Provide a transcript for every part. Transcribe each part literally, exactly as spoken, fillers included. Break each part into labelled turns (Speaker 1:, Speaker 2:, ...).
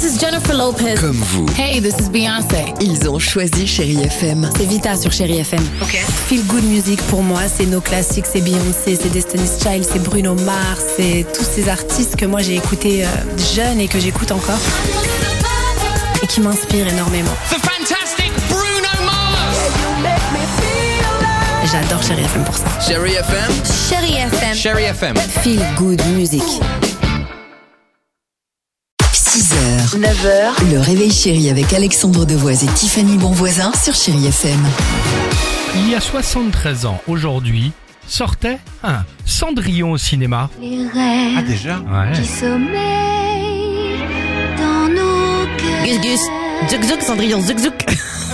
Speaker 1: this is Jennifer Lopez.
Speaker 2: Comme vous.
Speaker 1: Hey, this is Beyoncé.
Speaker 3: Ils ont choisi Chérie F M.
Speaker 1: C'est Vita sur Chérie F M.
Speaker 3: Ok.
Speaker 4: Feel good music pour moi, c'est nos classiques, c'est Beyoncé, c'est Destiny's Child, c'est Bruno Mars, c'est tous ces artistes que moi j'ai écoutés euh, jeune et que j'écoute encore et qui m'inspirent énormément.
Speaker 5: The fantastic Bruno Mars.
Speaker 4: J'adore Chérie F M pour ça.
Speaker 2: Chérie F M.
Speaker 3: Chérie F M.
Speaker 2: Chérie F M.
Speaker 3: Feel good music. six heures, neuf heures, le réveil chéri avec Alexandre Devoise et Tiffany Bonvoisin sur Chérie F M.
Speaker 6: Il y a soixante-treize ans, aujourd'hui, sortait un Cendrillon au cinéma.
Speaker 7: Les rêves
Speaker 8: Ah déjà
Speaker 6: Ouais.
Speaker 7: qui sommeillent dans nos cœurs.
Speaker 3: Gus Gus, Zouk Zouk, Cendrillon, Zouk Zouk.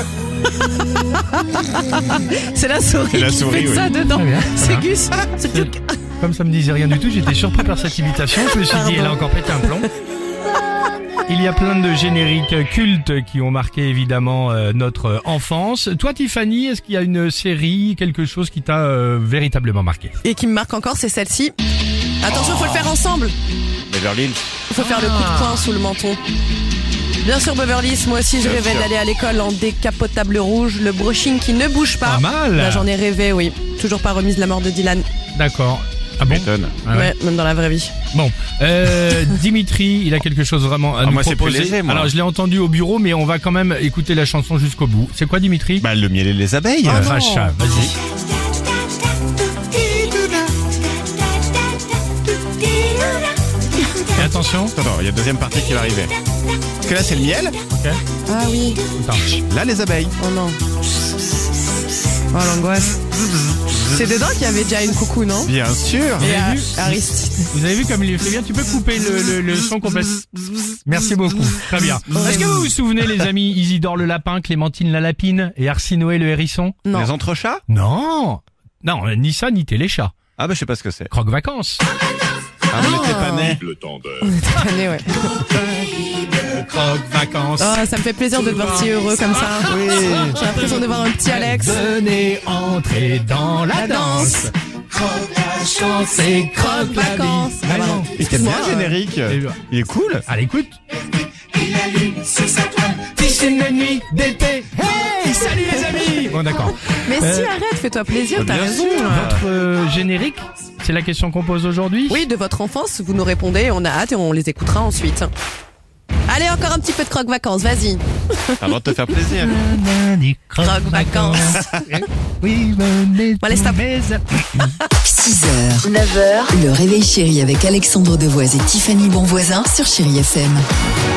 Speaker 3: C'est la souris
Speaker 8: C'est la
Speaker 3: qui
Speaker 8: souris,
Speaker 3: fait
Speaker 8: oui.
Speaker 3: ça dedans.
Speaker 6: Très bien,
Speaker 3: C'est
Speaker 6: voilà.
Speaker 3: Gus, Zouk Zouk.
Speaker 6: Comme ça me disait rien du tout, j'étais surpris par cette imitation. Je me suis dit, elle a encore pété un plomb. Il y a plein de génériques cultes qui ont marqué évidemment euh, notre enfance. Toi, Tiffany, est-ce qu'il y a une série, quelque chose qui t'a euh, véritablement marqué?
Speaker 9: Et qui me marque encore, c'est celle-ci. Attention, faut le faire ensemble.
Speaker 8: Beverly Hills.
Speaker 9: Il faut faire le coup de poing sous le menton. Bien sûr, Beverly Hills, moi aussi je
Speaker 8: Bien
Speaker 9: rêvais
Speaker 8: sûr.
Speaker 9: d'aller à l'école en décapotable rouge, le brushing qui ne bouge pas.
Speaker 6: Pas mal.
Speaker 9: Là, j'en ai rêvé, oui. Toujours pas remise la mort de Dylan.
Speaker 6: D'accord. Ah bon?
Speaker 8: M'étonne.
Speaker 6: Ah ouais.
Speaker 9: Ouais, même dans la vraie vie.
Speaker 6: Bon, euh, Dimitri, il a quelque chose vraiment à
Speaker 8: Ah,
Speaker 6: nous
Speaker 8: moi, c'est
Speaker 6: proposer.
Speaker 8: plus léger, moi.
Speaker 6: Alors, je l'ai entendu au bureau, mais on va quand même écouter la chanson jusqu'au bout. C'est quoi, Dimitri?
Speaker 8: Bah le miel et les abeilles.
Speaker 6: Ah,
Speaker 9: non.
Speaker 6: vache, vas-y. Et attention.
Speaker 8: Attends, il y a la deuxième partie qui va arriver. Parce que là c'est le miel,
Speaker 6: Ok.
Speaker 9: Ah oui.
Speaker 6: Attends.
Speaker 8: là les abeilles.
Speaker 9: Oh non. Oh l'angoisse. C'est dedans qu'il y avait déjà une coucou, non?
Speaker 8: Bien sûr.
Speaker 6: Vous
Speaker 9: Et
Speaker 6: avez
Speaker 9: euh,
Speaker 6: vu
Speaker 9: Aristide.
Speaker 6: Vous avez vu comme il fait bien? Tu peux couper le, le, le son complet. Merci beaucoup. Très bien. Est-ce que vous vous souvenez, les amis, Isidore le lapin, Clémentine la lapine et Arsinoé le hérisson?
Speaker 9: Non.
Speaker 8: Les entrechats.
Speaker 6: Non. Non, ni ça, ni Téléchat.
Speaker 8: Ah bah je sais pas ce que c'est.
Speaker 6: Croque vacances.
Speaker 8: Ah on n'était pas nés.
Speaker 9: On était année, ouais.
Speaker 6: Croque vacances.
Speaker 9: Oh, ça me fait plaisir de te voir si heureux comme ça.
Speaker 8: Oui.
Speaker 9: J'ai l'impression de voir un petit Alex.
Speaker 6: Venez entrer dans la,
Speaker 9: La danse.
Speaker 6: Croque la chance et croque la vie.
Speaker 9: Vacances.
Speaker 6: Ah non.
Speaker 8: Il était bien
Speaker 9: Excuse-moi.
Speaker 8: le générique.
Speaker 6: Et-
Speaker 8: Il est cool.
Speaker 6: Allez, écoute. Piscine de nuit d'été. Hey, salut les amis. Bon, d'accord.
Speaker 9: Mais si,
Speaker 6: Euh,
Speaker 9: arrête, fais-toi plaisir, t'as
Speaker 8: bien
Speaker 9: raison.
Speaker 8: sûr.
Speaker 6: Votre euh, générique, c'est la question qu'on pose aujourd'hui?
Speaker 9: Oui, de votre enfance, vous nous répondez, on a hâte et on les écoutera ensuite. Allez, encore un petit peu de croque-vacances, vas-y.
Speaker 8: Avant de te faire plaisir.
Speaker 9: Croque-vacances.
Speaker 6: Oui, venez.
Speaker 9: Bon, allez, stop.
Speaker 3: six heures, neuf heures, le réveil chéri avec Alexandre Devoise et Tiffany Bonvoisin sur Chérie F M.